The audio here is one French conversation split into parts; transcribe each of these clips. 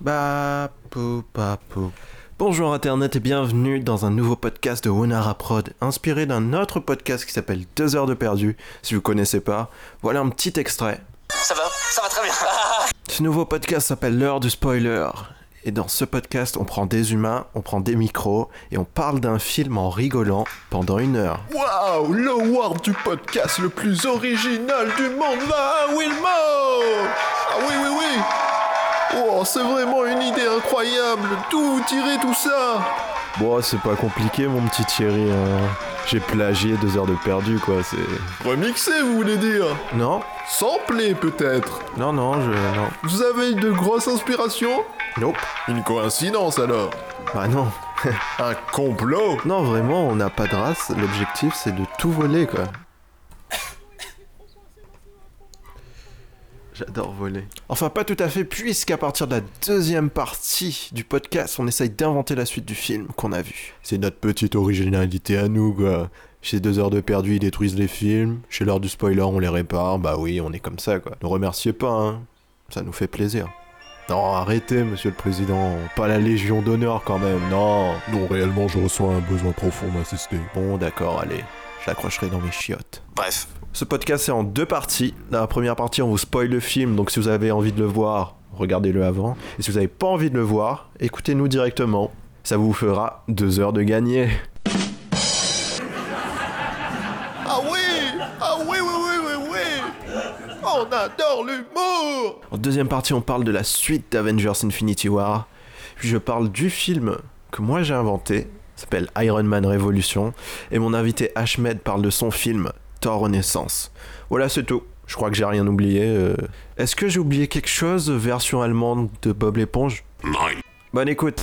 Ba pou pa pou. Bonjour Internet et bienvenue dans un nouveau podcast de Wonara Prod, inspiré d'un autre podcast qui s'appelle 2 heures de perdu. Si vous connaissez pas, voilà un petit extrait. Ça va très bien. Ce nouveau podcast s'appelle l'heure du spoiler. Et dans ce podcast, on prend des humains, on prend des micros et on parle d'un film en rigolant pendant 1 heure. Waouh, l'award du podcast le plus original du monde va à Wilmo. Ah oui. Oh, c'est vraiment une idée incroyable. D'où vous tirez tout ça? Bon, c'est pas compliqué mon petit Thierry. J'ai plagié 2 heures de perdu quoi, c'est... Remixé, vous voulez dire? Non. Samplé peut-être? Non. Vous avez de grosses inspirations? Nope. Une coïncidence alors? Bah non. Un complot? Non, vraiment, on n'a pas de race. L'objectif, c'est de tout voler, quoi. J'adore voler. Enfin, pas tout à fait, puisqu'à partir de la deuxième partie du podcast, on essaye d'inventer la suite du film qu'on a vu. C'est notre petite originalité à nous, quoi. Chez 2 heures de perdu, ils détruisent les films. Chez l'heure du spoiler, on les répare. Bah oui, on est comme ça, quoi. Ne remerciez pas, hein. Ça nous fait plaisir. Non, arrêtez, monsieur le président. Pas la Légion d'honneur, quand même, non. Non, réellement, je ressens un besoin profond d'assister. Bon, d'accord, allez. Je l'accrocherai dans mes chiottes. Bref. Ce podcast c'est en 2 parties. Dans la première partie, on vous spoil le film, donc si vous avez envie de le voir, regardez-le avant. Et si vous n'avez pas envie de le voir, écoutez-nous directement. Ça vous fera 2 heures de gagner. Ah oui. On adore l'humour. En deuxième partie, on parle de la suite d'Avengers Infinity War. Puis je parle du film que moi j'ai inventé, s'appelle Iron Man Révolution. Et mon invité Ahmed parle de son film Thor Renaissance. Voilà, c'est tout. Je crois que j'ai rien oublié. Est-ce que j'ai oublié quelque chose, version allemande de Bob l'éponge? Non. Bonne écoute.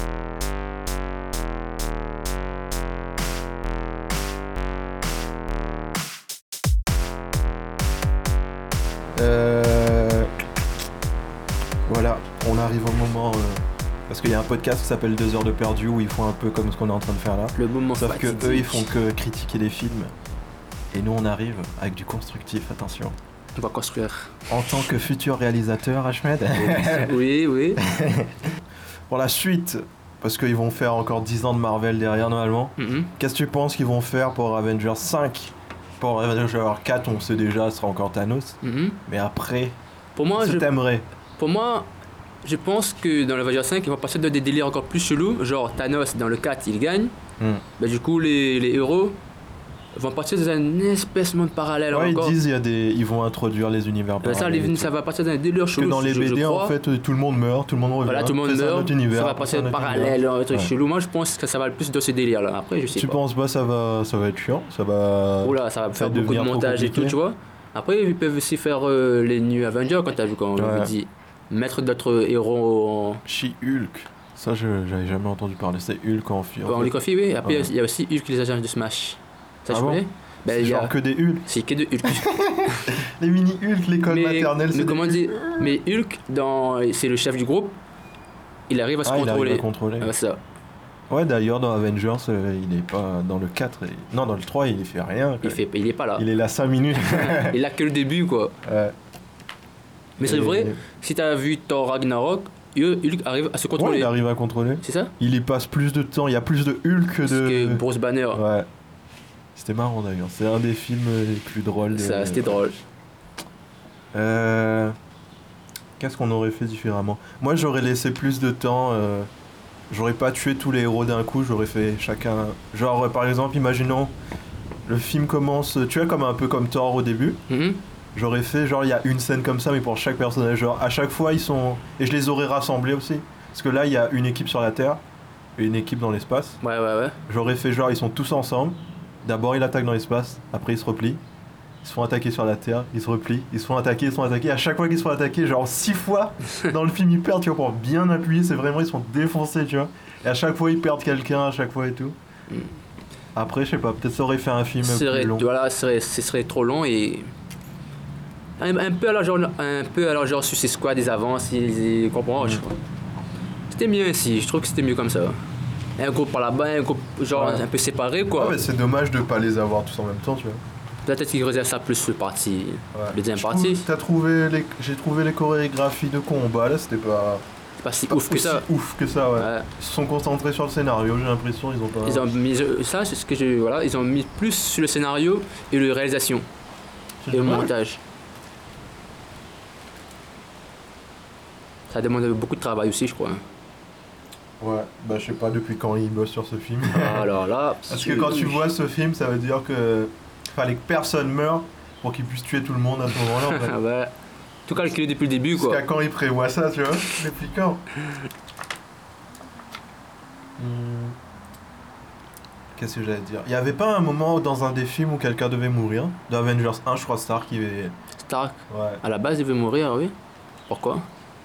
Voilà, on arrive au moment... Parce qu'il y a un podcast qui s'appelle 2 heures de perdu où ils font un peu comme ce qu'on est en train de faire là. Le moment Sauf que fatidique. eux ils font que critiquer les films. Et nous on arrive avec du constructif, attention. On va construire. En tant que futur réalisateur, Ahmed. Oui. Pour la suite, parce qu'ils vont faire encore 10 ans de Marvel derrière normalement. Qu'est-ce que tu penses qu'ils vont faire pour Avengers 5? Pour Avengers 4, on sait déjà, ce sera encore Thanos. Mais après, Pour moi, je pense que dans l'Avengers 5, ils vont passer dans des délires encore plus chelous. Genre Thanos, dans le 4, il gagne. Bah, du coup, les héros vont partir dans un espèce de monde parallèle ouais, encore. ils disent ils vont introduire les univers parallèles. Ça va partir dans un délire Que chelou. dans les je BD, crois. en fait, tout le monde meurt, tout le monde revient. Voilà, tout le monde après, c'est un meurt, autre univers, ça va après, passer c'est un autre parallèle, univers. un truc Ouais. chelou. Moi, je pense que ça va le plus dans ces délires-là. Après, je sais Tu pas. penses pas ça va être chiant? Ça va... Oula, ça va faire beaucoup de devenir trop montage et tout, compliqué. tu vois. Après, ils peuvent aussi faire les New Avengers, quand t'as vu, quand on Ouais. vous dit mettre d'autres héros She-Hulk. Ça, j'avais jamais entendu parler. C'est Hulk en film. en Coffee, oui. Après, Ouais. il y a aussi Hulk, les agents de Smash. Ça, Ah tu bon? connais? Ben, C'est il y a... genre que des Hulk. C'est que de Hulk. Les mini-Hulk, l'école maternelle, c'est mais des comment Hulk. dire? Mais Hulk, c'est le chef du groupe. Il arrive à se Ah, il arrive contrôler. à contrôler. Ah, ça. Ouais, d'ailleurs, dans Avengers, il est pas dans le 4. Non, dans le 3, il fait rien. quoi. Il est pas là. Il est là 5 minutes. Il a que le début, quoi. Ouais. Mais c'est Et- vrai, si t'as vu Thor Ragnarok, Hulk arrive à se Ouais, contrôler. il arrive à contrôler. C'est ça? Il y passe plus de temps. Il y a plus de Hulk que Parce que de... Bruce Banner. Ouais. C'était marrant d'ailleurs. C'est un des films les plus drôles. Ça, c'était drôle. Qu'est-ce qu'on aurait fait différemment? Moi, j'aurais laissé plus de temps. J'aurais pas tué tous les héros d'un coup. J'aurais fait chacun. Genre, par exemple, imaginons le film commence. Tu vois, comme un peu comme Thor au début. Mhm. J'aurais fait genre il y a une scène comme ça, mais pour chaque personnage. Genre à chaque fois ils sont et je les aurais rassemblés aussi. Parce que là il y a une équipe sur la Terre et une équipe dans l'espace. Ouais. J'aurais fait genre ils sont tous ensemble. D'abord ils attaquent dans l'espace, après ils se replient. Ils se font attaquer sur la Terre, ils se replient, ils se font attaquer. À chaque fois qu'ils se font attaquer, genre 6 fois dans le film ils perdent, tu vois, pour bien appuyer, c'est vraiment ils se font défoncer, tu vois. Et à chaque fois ils perdent quelqu'un, à chaque fois et tout. Après je sais pas, peut-être ça aurait fait un film plus long. Voilà, ce serait trop long et un peu à la genre Suicide Squad des avances, ils comprennent, je crois. C'était mieux ainsi, je trouve que c'était mieux comme ça. Un groupe par là-bas, un groupe genre Ouais. un peu séparé quoi. Ouais, mais c'est dommage de pas les avoir tous en même temps, tu vois. Peut-être qu'ils réservent ça plus le parti, Ouais. le deuxième Je parti. trouve- J'ai trouvé les chorégraphies de combat là, c'était pas C'est pas si ouf que aussi ça. ouf que ça, ouais. Ouais. Ils se sont concentrés sur le scénario, j'ai l'impression, ils ont pas... Ils ont mis ça, c'est ce que j'ai. Voilà, ils ont mis plus sur le scénario et la réalisation C'est et le dommage. montage. Ça demande beaucoup de travail aussi, je crois. Ouais, bah je sais pas depuis quand ils bossent sur ce film. Alors là. Parce que quand tu vois ce film, ça veut dire que fallait que personne meure pour qu'ils puissent tuer tout le monde à ce moment-là, en fait. Ah ouais. Tout calculé depuis le début, quoi. Jusqu'à quand ils prévoient ça, tu vois? Depuis quand? Qu'est-ce que j'allais dire? Il y avait pas un moment dans un des films où quelqu'un devait mourir? Dans Avengers 1, je crois, Stark, il est... Stark, Ouais. à la base, il veut mourir, oui. Pourquoi?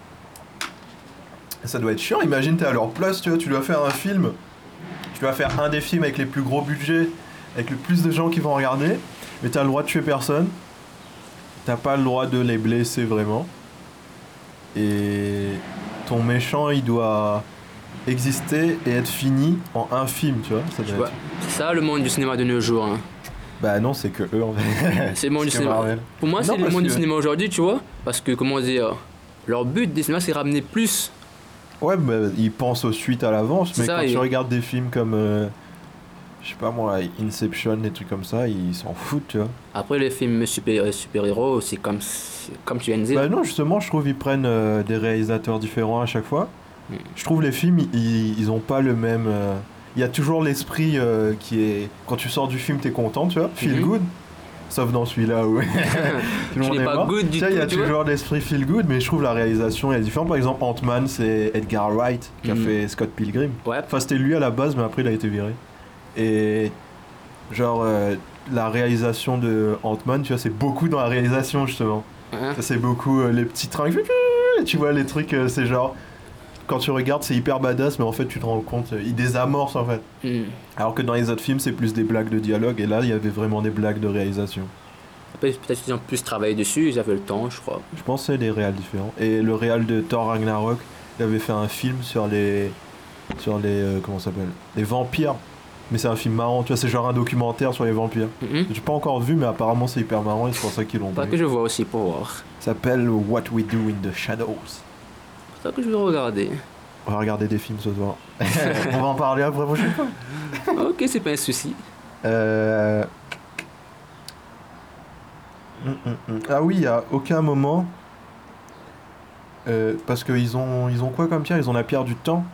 Ça doit être chiant, imagine t'es à leur place, tu vois, tu dois faire un film. Tu dois faire un des films avec les plus gros budgets, avec le plus de gens qui vont regarder, mais t'as le droit de tuer personne. T'as pas le droit de les blesser vraiment. Et ton méchant, il doit exister et être fini en un film, tu vois. Ça Tu doit vois, être- c'est ça le monde du cinéma de nos jours. Hein. Bah non, c'est que eux en fait. C'est le monde du C'est que cinéma. Marvel. Pour moi, Non, c'est le parce monde du que- cinéma aujourd'hui, tu vois. Parce que, comment dire, leur but des cinémas, c'est ramener plus. Ouais, bah ils pensent aux suites à l'avance, C'est mais ça, quand et- tu regardes des films comme, je sais pas moi, Inception, des trucs comme ça, ils s'en foutent, tu vois. Après, les films super-héros, c'est comme tu viens de dire. Bah non, justement, je trouve qu'ils prennent des réalisateurs différents à chaque fois. Mm. Je trouve les films, ils ont pas le même... Il y a toujours l'esprit qui est... Quand tu sors du film, t'es content, tu vois, feel Mhm. good. Sauf dans celui-là où tout le monde n'es est pas mort. good du Tu sais, il y a tout, tu vois. toujours l'esprit feel good, mais je trouve la réalisation est différente. Par exemple, Ant-Man, c'est Edgar Wright qui a Mhm. fait Scott Pilgrim. Ouais, Enfin, c'était lui à la base, mais après, il a été viré. Et genre, la réalisation de Ant-Man, tu vois, c'est beaucoup dans la réalisation, justement. hein. Ça, c'est beaucoup les petits trains. Tu vois, les trucs, c'est genre. Quand tu regardes, c'est hyper badass, mais en fait, tu te rends compte, ils désamorcent en fait. Hmm. Alors que dans les autres films, c'est plus des blagues de dialogue, et là, il y avait vraiment des blagues de réalisation. Après, peut-être qu'ils ont plus travaillé dessus, ils avaient le temps, je crois. Je pense que c'est des réals différents. Et le réal de Thor Ragnarok, il avait fait un film sur les. Comment ça s'appelle? Les vampires. Mais c'est un film marrant, tu vois, c'est genre un documentaire sur les vampires. Mhm. J'ai pas encore vu, mais apparemment, c'est hyper marrant, et c'est pour ça qu'ils l'ont Pas pris. que je vois aussi pour voir. Ça s'appelle What We Do in the Shadows. C'est ça que je vais regarder. On va regarder des films ce soir. On va en parler après prochaine fois. Ok, c'est pas un souci. Ah oui, à aucun moment. Parce qu'ils ont quoi comme pierre? Ils ont la pierre du temps.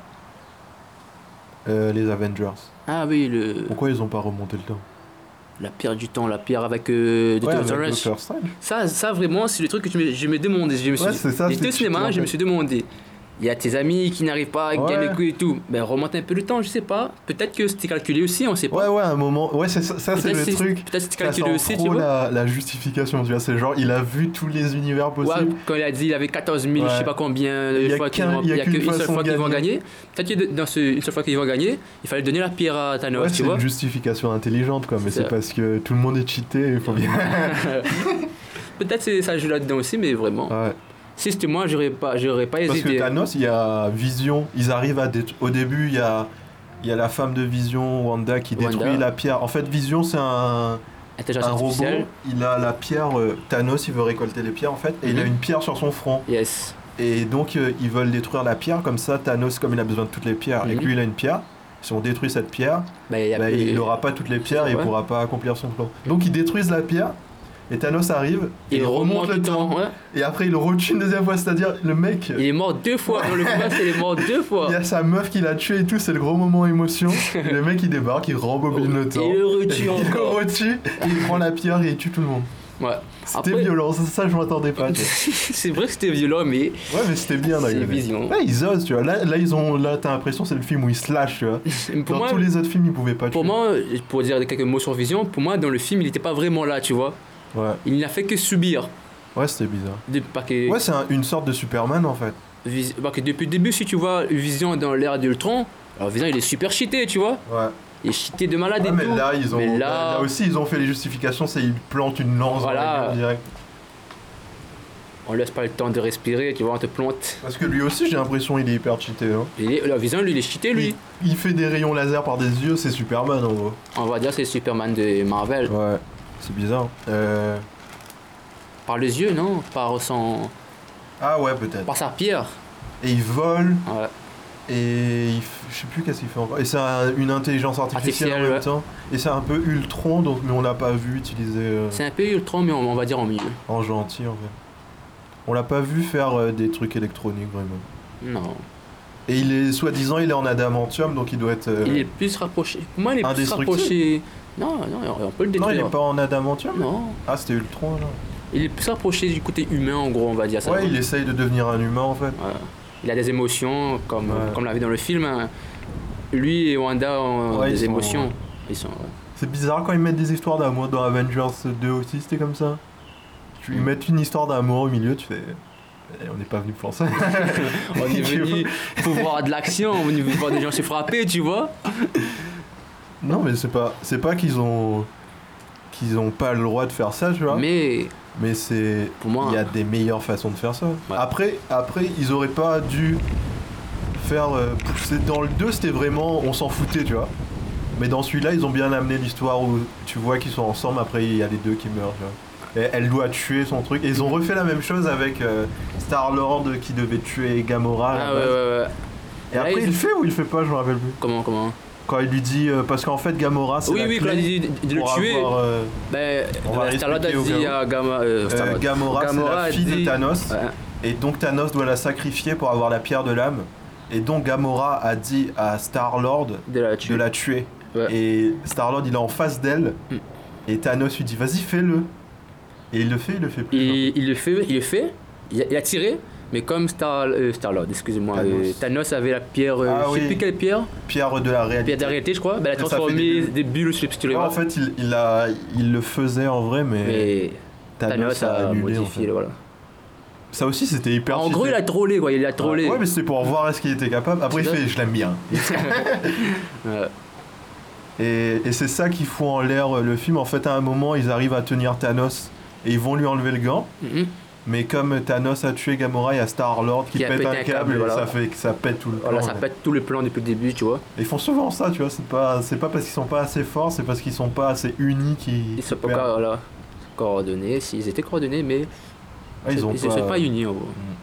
Les Avengers. Ah oui, Pourquoi ils ont pas remonté le temps? la pierre du temps, la pierre avec Doctor avec Strange. Doctor Strange. Ça vraiment, c'est le truc que je me demandais. Je me suis Ouais, c'est ça, j'étais au c'est cinéma, cheaté, je en me fait. suis demandé. Il y a tes amis qui n'arrivent pas à Ouais. gagner le coup et tout. Ben remonte un peu le temps, je sais pas. Peut-être que c'était calculé aussi, on sait pas. Ouais, un moment. Ouais, c'est ça, c'est Peut-être le truc. Peut-être c'était Ça calculé sent aussi, trop tu vois. la justification, tu vois. C'est genre, il a vu tous les univers Ouais, possibles. quand il a dit il avait 14 000, je Ouais. sais pas combien Il y de a fois qu'ils qu'un- vont, il y a il y a qu'une qu'une seule façon fois de qu'ils vont gagner. gagner. Peut-être que dans une seule fois qu'ils vont gagner, il fallait donner la pierre à Thanos, Ouais, tu c'est vois. une justification intelligente, quoi. Mais C'est c'est ça. parce que tout le monde est cheaté, il faut bien. Peut-être que ça joue là-dedans aussi, mais vraiment. Ouais. Si c'était moi, j'aurais pas Parce que hésité. Thanos, il y a Vision, ils arrivent à au début, il y a la femme de Vision, Wanda, qui détruit Wanda. la pierre. En fait, Vision, c'est un Intelligence robot, artificielle. il a la pierre, Thanos, il veut récolter les pierres en fait, et il a Mhm. une pierre sur son front. Yes. Et donc, ils veulent détruire la pierre, comme ça, Thanos, comme il a besoin de toutes les pierres, et que Mhm. lui, il a une pierre, si on détruit cette pierre, Bah, il y a bah, plus- il n'aura pas toutes les pierres et il Ouais. pourra pas accomplir son plan. Donc, ils détruisent la pierre, et Thanos arrive, et il il remonte le temps, ouais. et après, il le retue une deuxième fois, c'est-à-dire, le mec... Il est mort 2 fois. Dans le combat, il est mort 2 fois. Il y a sa meuf qui l'a tué et tout, c'est le gros moment émotion. Et le mec il débarque, il rembobine le temps. Et il le retue Il le encore. retue, et il prend la pierre et il tue tout le monde. Ouais. C'était Après- violent, ça je m'attendais pas. tu C'est vrai que c'était violent, mais vois. Ouais, mais c'était bien c'est d'ailleurs. vision. Ouais, ils osent, tu vois. Là t'as l'impression c'est le film où ils se lâchent, tu vois. Pour Dans moi, tous les autres films, ils pouvaient pas pour tuer. moi, pour dire quelques mots sur Vision, pour moi, dans le film, il n'était pas vraiment là, tu vois. Ouais, Il n'a fait que subir. ouais c'était bizarre. Parce que, Ouais, c'est une sorte de Superman en fait. parce que depuis le début, si tu vois Vision dans l'ère d'Ultron, alors Vision, il est super cheaté, tu vois. Ouais. Il est cheaté de malade Ouais, et mais tout. là, ils ont, Mais là aussi, ils ont fait les justifications, c'est ils plantent une lance Voilà. dans la gueule direct. On laisse pas le temps de respirer, tu vois, on te plante. Parce que lui aussi, j'ai l'impression il est hyper cheaté. Hein. La Vision, lui, il est cheaté, lui. Il fait des rayons laser par des yeux, c'est Superman en gros. On va dire c'est Superman de Marvel. Ouais, c'est bizarre. Par les yeux, non? Par Ah ouais, peut-être. sa pierre. Et il vole. Ouais. Et je sais plus qu'est-ce qu'il fait encore. Et c'est une intelligence artificielle en même temps. Et c'est un peu Ultron, donc, mais on l'a pas vu utiliser C'est un peu Ultron, mais on va dire en mieux. en gentil en fait. On l'a pas vu faire des trucs électroniques vraiment. Non. Et il est soi-disant il est en adamantium, donc il doit être. Il est plus rapproché. Pour moi, il est plus Indestructible. rapproché. Non, on peut le Non, détruire. il est pas en adamantium. Non. Ah, c'était Ultron là. Il est plus rapproché du côté humain, en gros, on va dire ça. Ouais, il essaye de devenir un humain en fait. Voilà. Il a des émotions, comme on l'a vu dans le film. Hein. Lui et Wanda ont Ouais, des ils sont- émotions. Ils sont. C'est bizarre quand ils mettent des histoires d'amour dans Avengers 2 aussi, c'était comme ça. Ils mettent une histoire d'amour au milieu, tu fais. On n'est pas venu pour ça. On est venu pour voir de l'action, on est venu voir des gens se frapper, tu vois. Non, mais c'est pas qu'ils ont pas le droit de faire ça, tu vois. Mais c'est pour moi, il y a des meilleures façons de faire ça. Ouais. Après ils auraient pas dû faire dans le 2, c'était vraiment on s'en foutait, tu vois. Mais dans celui-là, ils ont bien amené l'histoire où tu vois qu'ils sont ensemble, après il y a les deux qui meurent, tu vois. Et elle doit tuer son truc. Et ils ont refait la même chose avec Star-Lord qui devait tuer Gamora. à la Ah base. ouais. Et après, il le fait ou il le fait pas, je me rappelle plus. Comment Quand il lui dit. Parce qu'en fait, Gamora, c'est. Oui, quand il dit de le pour tuer. avoir, On va Star-Lord a expliquer au dit cas où. à Gamora, c'est la fille de Thanos. Ouais. Et donc Thanos doit la sacrifier pour avoir la pierre de l'âme. Et donc Gamora a dit à Star-Lord De la tuer. Ouais. Et Star-Lord, il est en face d'elle. Et Thanos lui dit, vas-y, fais-le. Et il le fait plus. Il le fait. Il a tiré. Mais comme Star-Lord, excusez-moi, Thanos avait la pierre, je sais plus quelle pierre. Pierre de la réalité. Pierre de la réalité, je crois. Elle a transformé des bulles sur les en fait, il le faisait en vrai, mais Thanos a annulé, modifié, en fait. voilà. Ça aussi, c'était hyper. En gros, il a trollé, quoi. Il a trollé. Ouais, mais c'était pour voir est-ce qu'il était capable. Après, il fait, je l'aime bien. Ouais. Et c'est ça qui fout en l'air le film. En fait, à un moment, ils arrivent à tenir Thanos et ils vont lui enlever le gant. Mhm. Mais comme Thanos a tué Gamora, il y a Star-Lord qui pète un câble et voilà. ça fait que ça pète tout le plan. Voilà, ça pète tout le plan depuis le début, tu vois. Et ils font souvent ça, tu vois. C'est pas parce qu'ils sont pas assez forts, c'est parce qu'ils sont pas assez unis Ils sont pas coordonnés. S'ils étaient coordonnés, mais ils se sont pas unis, en gros.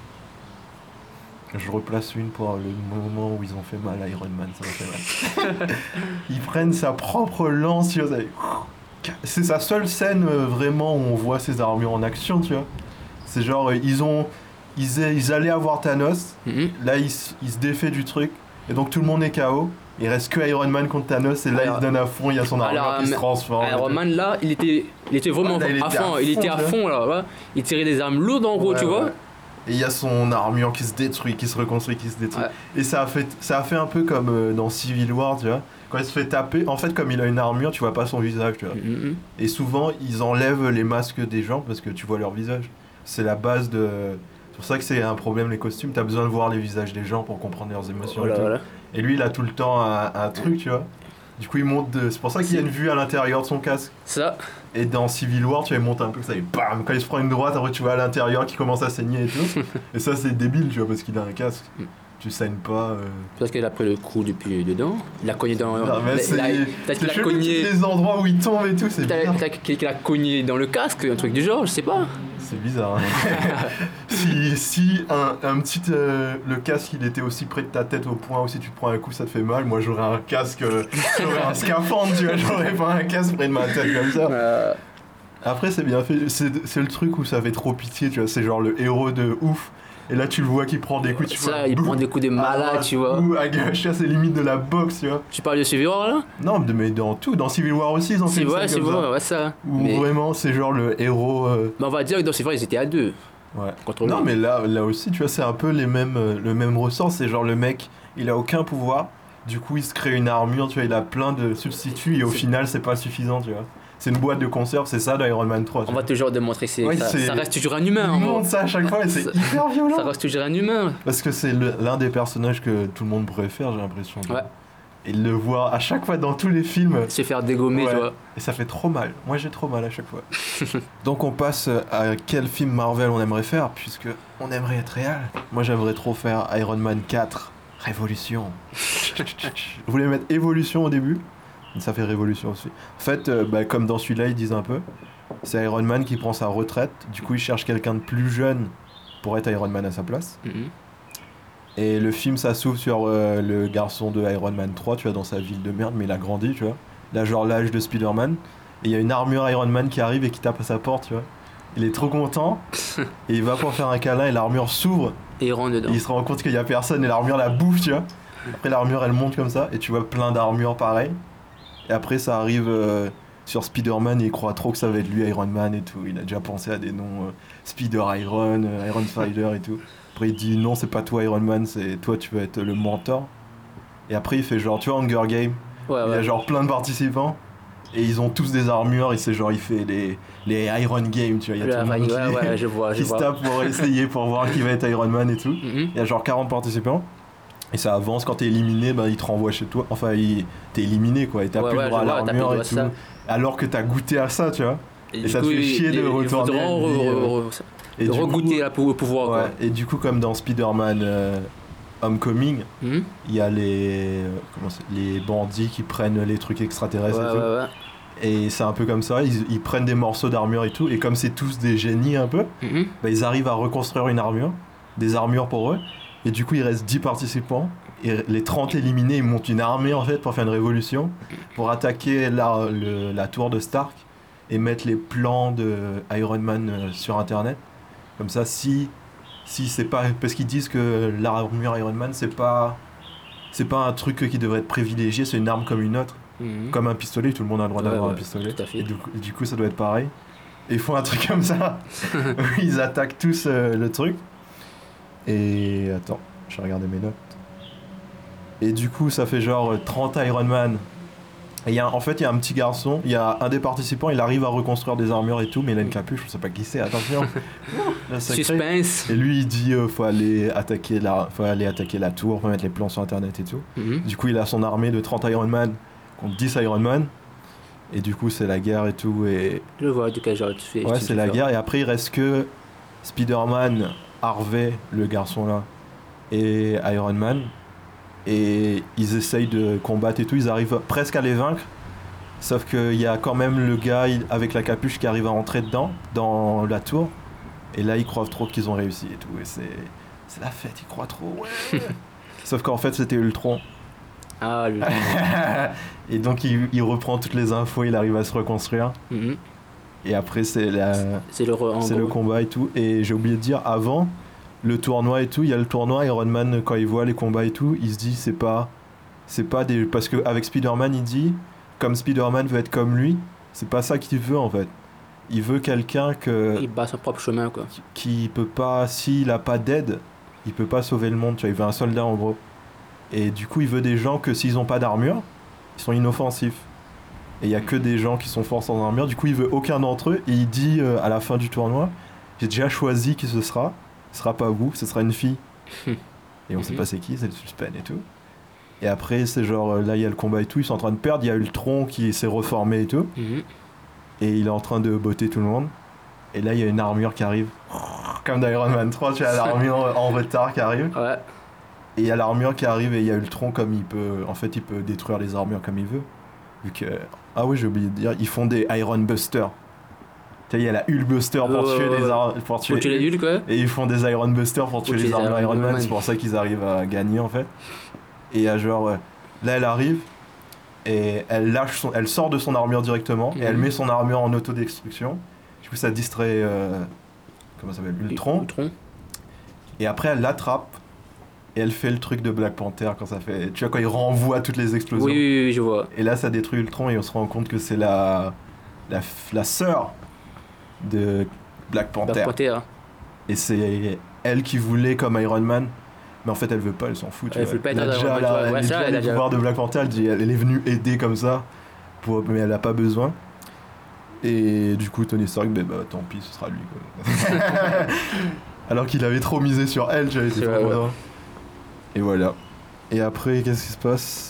Je replace une pour le moment où ils ont fait mal à Iron Man, ça m'a fait mal. Ils prennent sa propre lance, tu vois. C'est sa seule scène vraiment où on voit ses armures en action, tu vois. C'est genre, ils allaient avoir Thanos, là il se défait du truc, et donc tout le monde est KO. Il reste que Iron Man contre Thanos, et là il se donne à fond, il y a son armure qui se transforme. Iron Man là, il était vraiment à fond, il était à fond là, ouais. Il tirait des armes lourdes en gros, tu vois. Et il y a son armure qui se détruit, qui se reconstruit, qui se détruit. Ouais. Et ça a fait un peu comme dans Civil War, tu vois. Quand il se fait taper, en fait, comme il a une armure, tu vois pas son visage, tu vois. Et souvent, ils enlèvent les masques des gens parce que tu vois leur visage. C'est la base de. C'est pour ça que c'est un problème, les costumes. T'as besoin de voir les visages des gens pour comprendre leurs émotions. Voilà. Et lui, il a tout le temps un truc, tu vois. Du coup, il monte. C'est pour ça qu'il y a une vue à l'intérieur de son casque. Ça. Et dans Civil War, tu vois, il monte un peu, ça, et bam, quand il se prend une droite, après tu vois à l'intérieur qui commence à saigner et tout. Et ça, c'est débile, tu vois, parce qu'il a un casque. Tu saignes pas. Parce qu'il a pris le coup depuis dedans. Il a cogné dans. Peut-être qu'il a cogné. Les endroits où il tombe et tout, c'est bizarre. Peut-être qu'il a cogné dans le casque, un truc du genre, je sais pas. C'est bizarre. Hein. si un petit. Le casque, il était aussi près de ta tête au point où si tu te prends un coup, ça te fait mal. Moi, j'aurais un casque. J'aurais un scaphandre, tu vois. J'aurais pas un casque près de ma tête comme ça. Après, c'est bien fait. C'est le truc où ça fait trop pitié, tu vois. C'est genre le héros de ouf. Et là, tu le vois qui prend des coups. Il prend des coups de malade, tu vois. Ou à gauche, c'est limite de la boxe, tu vois. Tu parles de Civil War là? Non, mais dans tout. Dans Civil War aussi, ils ont fait ça. C'est vrai, ouais, ça. Où vraiment, c'est genre le héros. Mais on va dire que dans Civil War, ils étaient à deux. Ouais. Non, mais là aussi, tu vois, c'est un peu le même ressort. C'est genre le mec, il a aucun pouvoir. Du coup, il se crée une armure, tu vois, il a plein de substituts et au final, c'est pas suffisant, tu vois. C'est une boîte de conserve, c'est ça d'Iron Man 3. On va toujours démontrer que ouais, ça reste toujours un humain. Il montre ça à chaque fois et c'est hyper violent. Ça reste toujours un humain. Parce que c'est l'un des personnages que tout le monde préfère, j'ai l'impression. Ouais. Et le voir à chaque fois dans tous les films. Se faire dégommer, tu vois. Et ça fait trop mal. Moi, j'ai trop mal à chaque fois. Donc, on passe à quel film Marvel on aimerait faire, puisque on aimerait être réel. Moi, j'aimerais trop faire Iron Man 4, Révolution. Je voulais mettre Évolution au début. Ça fait révolution aussi. En fait, comme dans celui-là, ils disent un peu, c'est Iron Man qui prend sa retraite. Du coup, il cherche quelqu'un de plus jeune pour être Iron Man à sa place. Et le film, ça s'ouvre sur le garçon de Iron Man 3, tu vois, dans sa ville de merde, mais il a grandi, tu vois. Là, genre l'âge de Spider-Man. Et il y a une armure Iron Man qui arrive et qui tape à sa porte, tu vois. Il est trop content. Et il va pour faire un câlin et l'armure s'ouvre. Et il rentre dedans. Et il se rend compte qu'il y a personne et l'armure la bouffe, tu vois. Après, l'armure, elle monte comme ça. Et tu vois plein d'armures pareilles. Et après, ça arrive sur Spider-Man et il croit trop que ça va être lui, Iron Man et tout. Il a déjà pensé à des noms Spider-Iron, Iron Spider et tout. Après, il dit non, c'est pas toi, Iron Man, c'est toi, tu vas être le mentor. Et après, il fait genre, tu vois, Hunger Game. Ouais, Il y a genre plein de participants. Et ils ont tous des armures. Et c'est genre, il fait les Iron Game, tu vois. Il y a tout le monde Ouais, je vois. qui se tape pour essayer pour voir qui va être Iron Man et tout. Mhm. Il y a genre 40 participants. Et ça avance, quand t'es éliminé, bah, il te renvoie chez toi. Enfin, t'es éliminé quoi. Et t'as plus le droit à l'armure et tout. Alors que t'as goûté à ça, tu vois. Et ça te fait chier de retourner. Et regoûter au pouvoir. Ouais, Quoi. et du coup, comme dans Spider-Man Homecoming, Mhm. il y a les bandits qui prennent les trucs extraterrestres et tout. Ouais. Et c'est un peu comme ça, ils prennent des morceaux d'armure et tout. Et comme c'est tous des génies un peu, Mhm. bah, ils arrivent à reconstruire une armure, des armures pour eux. Et du coup, il reste 10 participants. Et les 30 éliminés, ils montent une armée en fait pour faire une révolution, pour attaquer la tour de Stark et mettre les plans de Iron Man sur internet. Comme ça, si c'est pas. Parce qu'ils disent que l'armure Iron Man, c'est pas un truc qui devrait être privilégié, c'est une arme comme une autre. Mhm. Comme un pistolet, tout le monde a le droit d'avoir Ouais, un pistolet. tout à fait. Et du coup, ça doit être pareil. Et ils font un truc comme ça. Ils attaquent tous le truc. Et attends, je vais regarder mes notes. Et du coup, ça fait genre 30 Iron Man. Et en fait, il y a un petit garçon, il y a un des participants, il arrive à reconstruire des armures et tout, mais il a une capuche, je sais pas qui c'est, attention. Là, ça crée. Suspense. Et lui, il dit faut aller attaquer la tour, faut mettre les plans sur internet et tout. Mhm. Du coup, il a son armée de 30 Iron Man contre 10 Iron Man. Et du coup, c'est la guerre et tout. Et Je vois du cas, genre, tu fais. ouais, tu c'est fais la faire. guerre. Et après, il reste que Spider-Man, Harvey, le garçon là, et Iron Man. Et ils essayent de combattre et tout. Ils arrivent presque à les vaincre. Sauf qu'il y a quand même le gars avec la capuche qui arrive à entrer dedans, dans la tour. Et là, ils croient trop qu'ils ont réussi et tout. Et c'est la fête, ils croient trop. Ouais. Sauf qu'en fait, c'était Ultron. Ah, le. Et donc, il reprend toutes les infos, il arrive à se reconstruire. Mhm. Et après, c'est le combat et tout. Et j'ai oublié de dire, avant le tournoi et tout, il y a le tournoi Iron Man, quand il voit les combats et tout, il se dit, c'est pas des... Parce qu'avec Spider-Man, il dit, comme Spider-Man veut être comme lui, c'est pas ça qu'il veut en fait. Il veut quelqu'un Il bat son propre chemin, quoi. qui peut pas, s'il a pas d'aide, il peut pas sauver le monde, tu vois, il veut un soldat en gros. Et du coup, il veut des gens que s'ils ont pas d'armure, ils sont inoffensifs. Et il y a que des gens qui sont forts sans armure, du coup, il veut aucun d'entre eux. Et il dit à la fin du tournoi, j'ai déjà choisi qui ce sera pas vous, ce sera une fille. Et on sait pas c'est qui, c'est le suspense et tout. Et après, c'est genre, là, il y a le combat et tout, ils sont en train de perdre, il y a Ultron qui s'est reformé et tout. Mhm. Et il est en train de botter tout le monde. Et là, il y a une armure qui arrive. Comme dans Iron Man 3, tu as l'armure en retard qui arrive. Ouais. Et il y a l'armure qui arrive et il y a Ultron comme il peut... En fait, il peut détruire les armures comme il veut. Vu que... Ah oui, j'ai oublié de dire, ils font des Iron Buster. Tu sais, il y a la Hulk Buster pour tuer les Pour tuer les Hulk, quoi. Et ils font des Iron Buster pour tuer les armures Iron Man. C'est pour ça qu'ils arrivent à gagner, en fait. Et il y a genre... Là, elle arrive... Et elle sort de son armure directement et elle met son armure en autodestruction. Du coup, ça distrait comment ça s'appelle, Ultron. Et après, elle l'attrape et elle fait le truc de Black Panther quand ça fait. Tu vois, quand il renvoie toutes les explosions. Oui, je vois. Et là, ça détruit Ultron et on se rend compte que c'est la sœur de Black Panther. Black Panther. Et c'est elle qui voulait comme Iron Man. Mais en fait, elle veut pas, elle s'en fout. Elle veut pas être elle a déjà les pouvoirs de Black Panther. Elle est venue aider comme ça, mais elle a pas besoin. Et du coup, Tony Stark, bah tant pis, ce sera lui. Quoi. Alors qu'il avait trop misé sur elle, j'avais été trop content. Et voilà. Et après, qu'est-ce qui se passe?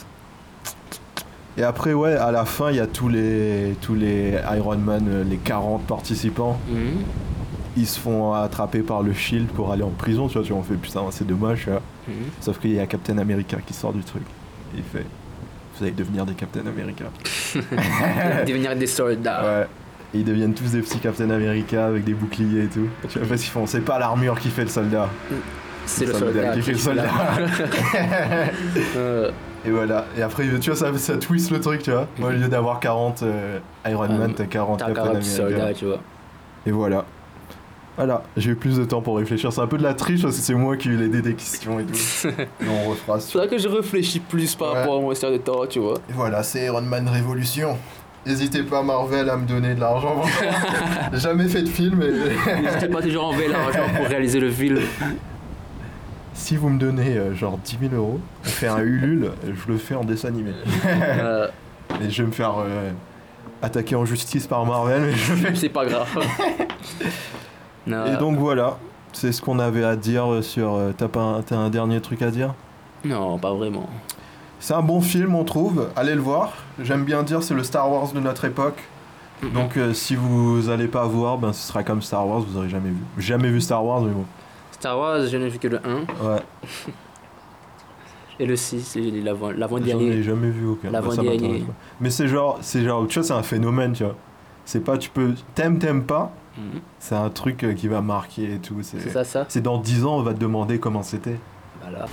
Et après, ouais, à la fin, il y a tous les Iron Man, les 40 participants. Mhm. Ils se font attraper par le Shield pour aller en prison, tu vois, on fait putain, c'est dommage, tu vois. Sauf qu'il y a Captain America qui sort du truc. Et il fait, vous allez devenir des Captain America. Devenir des soldats. Ouais. Et ils deviennent tous des petits Captain America avec des boucliers et tout. Tu vois, parce qu'ils font, c'est pas l'armure qui fait le soldat. C'est le Ça veut dire soldat. qu'il fait le qui fait soldat. Et voilà. Et après, tu vois, ça twist le truc, tu vois. Au lieu d'avoir 40 Iron Man, t'as 40 T'as Captain 40 America. soldats, tu vois. Et voilà. Voilà, j'ai eu plus de temps pour réfléchir. C'est un peu de la triche parce que c'est moi qui ai eu l'idée des questions et tout. Et on refera sur. Faudrait que je réfléchis plus par Ouais. rapport à mon histoire de temps, tu vois. Et voilà, c'est Iron Man Révolution. N'hésitez pas, Marvel, à me donner de l'argent. J'ai jamais fait de film. Et... N'hésitez pas toujours à enlever l'argent pour réaliser le film. si vous me donnez genre 10 000 euros, on fait un Ulule, je le fais en dessin animé. Et je vais me faire attaquer en justice par Marvel. Mais je fais... C'est pas grave. Non. Et donc voilà, c'est ce qu'on avait à dire sur... T'as un dernier truc à dire ? Non, pas vraiment. C'est un bon film, on trouve. Allez le voir. J'aime bien dire c'est le Star Wars de notre époque. Donc si vous allez pas voir, ben ce sera comme Star Wars, vous aurez jamais vu. Jamais vu Star Wars, mais bon. Star Wars, je n'ai vu que le 1 Ouais. et le 6, c'est J'en ai l'avant-dernier. jamais vu aucun. L'avant-dernier. Ça m'intéresse pas. Mais c'est genre, tu vois, c'est un phénomène, tu vois. C'est pas, tu peux, t'aimes pas. Mhm. C'est un truc qui va marquer et tout. C'est ça. C'est dans 10 ans, on va te demander comment c'était. Voilà.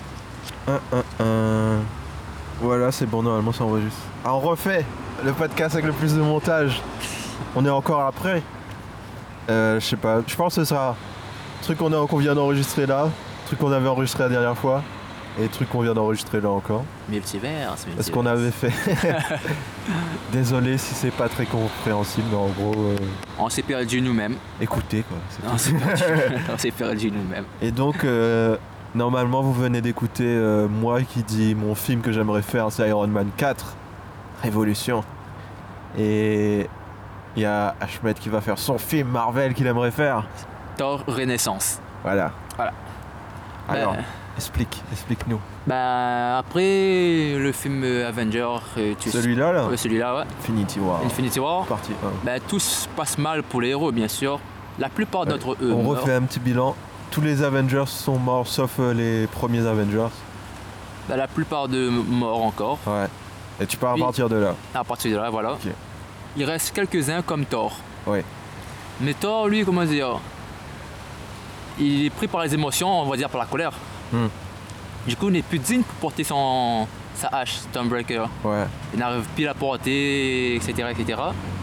Voilà, c'est bon, normalement ça enregistre. Ah, on refait le podcast avec le plus de montage. On est encore après. Je sais pas, je pense que ce sera truc qu'on vient d'enregistrer là, truc qu'on avait enregistré la dernière fois, et truc qu'on vient d'enregistrer là encore. Multiverse. Parce qu'on avait fait. Désolé si c'est pas très compréhensible, mais en gros, On s'est perdu nous-mêmes. écoutez quoi. c'est On s'est perdu, on s'est perdu nous-mêmes. Et donc, normalement, vous venez d'écouter moi qui dis mon film que j'aimerais faire, c'est Iron Man 4, Révolution. Et il y a Ahmed qui va faire son film Marvel qu'il aimerait faire. Thor Renaissance. Voilà. Voilà. Alors, Ben, explique-nous. Bah après le film Avenger, Celui-là, là celui-là, ouais. Infinity War. Infinity War. Partie 1. Bah tout se passe mal pour les héros, bien sûr. La plupart d'entre eux On meurent. refait un petit bilan. Tous les Avengers sont morts, sauf les premiers Avengers. Bah, la plupart de morts encore. Ouais. Et tu pars à Oui. partir de là. À partir de là, voilà. Ok. Il reste quelques-uns comme Thor. Ouais. Mais Thor, lui, comment dire, il est pris par les émotions, on va dire par la colère. Hmm. Du coup, il n'est plus digne pour porter sa hache, Stormbreaker. Ouais. Il n'arrive plus à la porter, etc., etc.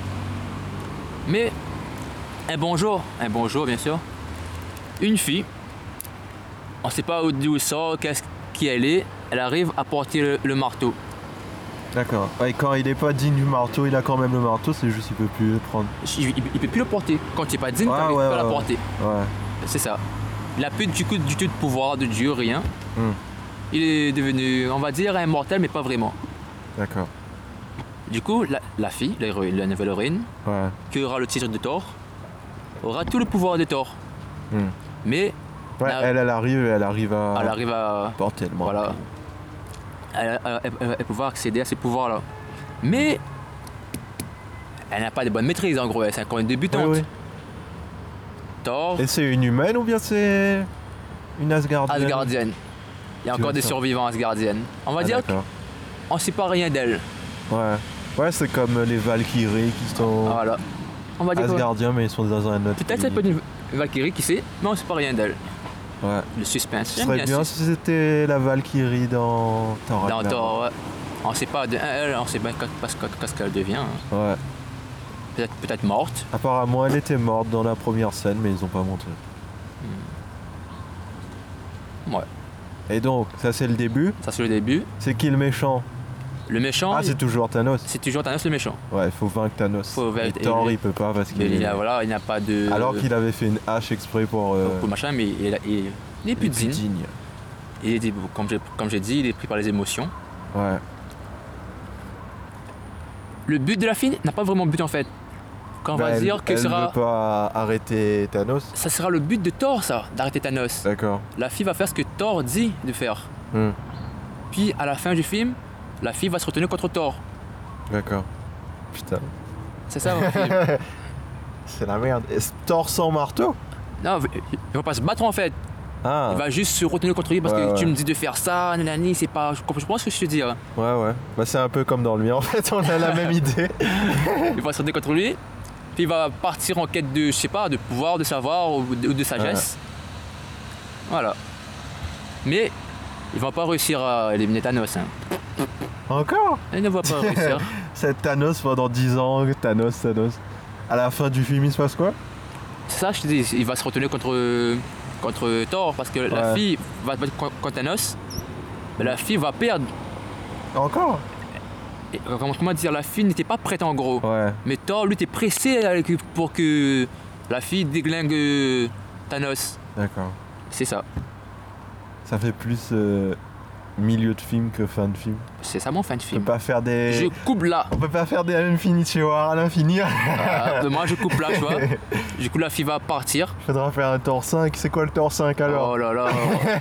Mais un bon jour bien sûr, une fille, on ne sait pas d'où elle sort, qui elle est, elle arrive à porter le marteau. D'accord. Ouais, quand il est pas digne du marteau, il a quand même le marteau, c'est juste qu'il peut plus le prendre. Il peut plus le porter. Quand tu n'es pas digne, Ouais, tu n'arrives ouais, pas à la ouais. porter. Ouais. C'est ça. Il a plus du tout de pouvoir, de Dieu, rien. Hmm. Il est devenu, on va dire, immortel, mais pas vraiment. D'accord. Du coup, la fille, l'héroïne, la nouvelle héroïne, Ouais. qui aura le titre de Thor, aura tout le pouvoir de Thor. Hmm. Mais Ouais, Là- elle arrive à elle arrive à... porter le marteau. Voilà. Elle va pouvoir accéder à ces pouvoirs-là. Mais elle n'a pas de bonne maîtrise, en gros. Elle est encore une débutante. Oui, oui. Thor, Et c'est une humaine ou bien c'est une Asgardienne? Asgardienne. Il y a Tu encore vois des ça. survivants Asgardiennes. On va Ah, dire d'accord. qu'on ne sait pas rien d'elle. Ouais. Ouais, c'est comme les Valkyries qui sont Voilà. On va dire que Asgardiens, mais ils sont dans un autre. peut-être ça peut pays. être une Valkyrie, qui sait, mais on ne sait pas rien d'elle. Ouais. Le suspense. Ce J'aime serait bien le si c'était la Valkyrie dans Thor Dans Ragnarok. Thor, ouais. On ne sait pas de elle, on sait pas ce qu'elle devient. Hein. Ouais. Peut-être morte. Apparemment, elle était morte dans la première scène, mais ils ont pas montré. Ouais. Et donc, ça c'est le début. Ça c'est le début. C'est qui le méchant? Le méchant, Ah, c'est toujours Thanos. c'est toujours Thanos le méchant. Ouais, il faut vaincre Thanos. Faut Et vaincre- Thor, et- il peut pas parce Mais qu'il est... voilà, il n'a pas de. Alors qu'il avait fait une hache exprès pour... pour machin, mais il est plus digne. digne. Il est, comme j'ai dit, il est pris par les émotions. Ouais. Le but de la fille n'a pas vraiment de but en fait. Quand on Bah, va elle- dire que elle sera. veut pas arrêter Thanos. Ça sera le but de Thor, ça, d'arrêter Thanos. D'accord. La fille va faire ce que Thor dit de faire. Hmm. Puis à la fin du film, la fille va se retourner contre Thor. D'accord. Putain. C'est ça, le film. C'est la merde. Et Thor sans marteau? Non, il va pas se battre en fait. Ah. Il va juste se retourner contre lui parce Ouais, que tu ouais. me dis de faire ça, nanani, c'est pas. Je pense que je te dis. Hein. Ouais, ouais. Bah, c'est un peu comme dans le mien, en fait. On a la même idée. Il va se retourner contre lui. Puis il va partir en quête de, je sais pas, de pouvoir, de savoir ou de sagesse. Voilà. Mais ils vont pas réussir à éliminer Thanos. Hein. Encore? Ils ne vont pas réussir. C'est Thanos pendant 10 ans, Thanos. À la fin du film, il se passe quoi? C'est ça, je te dis, il va se retourner contre Thor parce que la Ouais. fille va se battre contre Thanos. Mais la fille va perdre. Encore? Et, comment dire, la fille n'était pas prête en gros. Ouais. Mais Thor, lui, était pressé pour que la fille déglingue Thanos. D'accord. C'est ça. Ça fait plus milieu de film que fin de film. C'est ça mon fin de On film. peut pas faire des... Je coupe là. On peut pas faire des Infinity War à l'infini. Moi, je coupe là, tu vois. Du coup, la fille va partir. Faudra faire un Thor 5. C'est quoi le Thor 5 alors? Oh là là.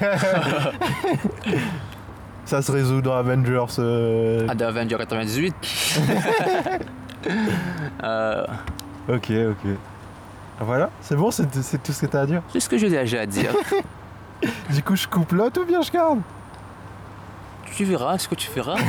Ça se résout dans Avengers. À The Avenger 98. Ok. Voilà, c'est bon, c'est tout ce que t'as à dire. C'est ce que j'ai déjà à dire. Du coup, je coupe l'autre ou bien je garde? Tu verras ce que tu feras.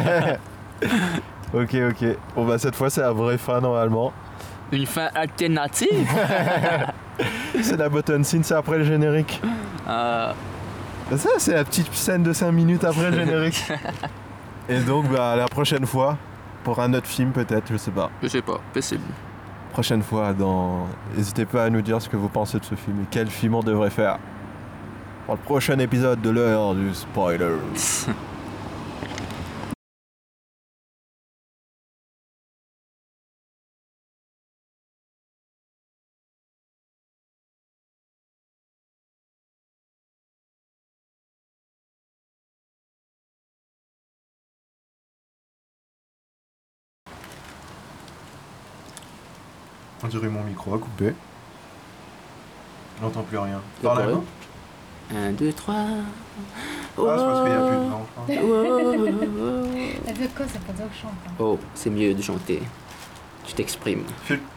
Ok. Bon bah cette fois c'est la vraie fin normalement. Une fin alternative. C'est la button scene, c'est après le générique. Ça c'est la petite scène de 5 minutes après le générique. Et donc bah la prochaine fois, pour un autre film peut-être, je sais pas. Je sais pas, possible. Prochaine fois N'hésitez pas à nous dire ce que vous pensez de ce film et quel film on devrait faire. Pour le prochain épisode de l'heure du spoiler. On dirait mon micro a coupé. Je n'entends plus rien. Parle à quoi 1, 2, 3. Ah, c'est parce qu'il n'y a plus de vent, je crois. Elle veut quoi, ça peut dire que je chante. Hein. Oh, c'est mieux de chanter. Tu t'exprimes.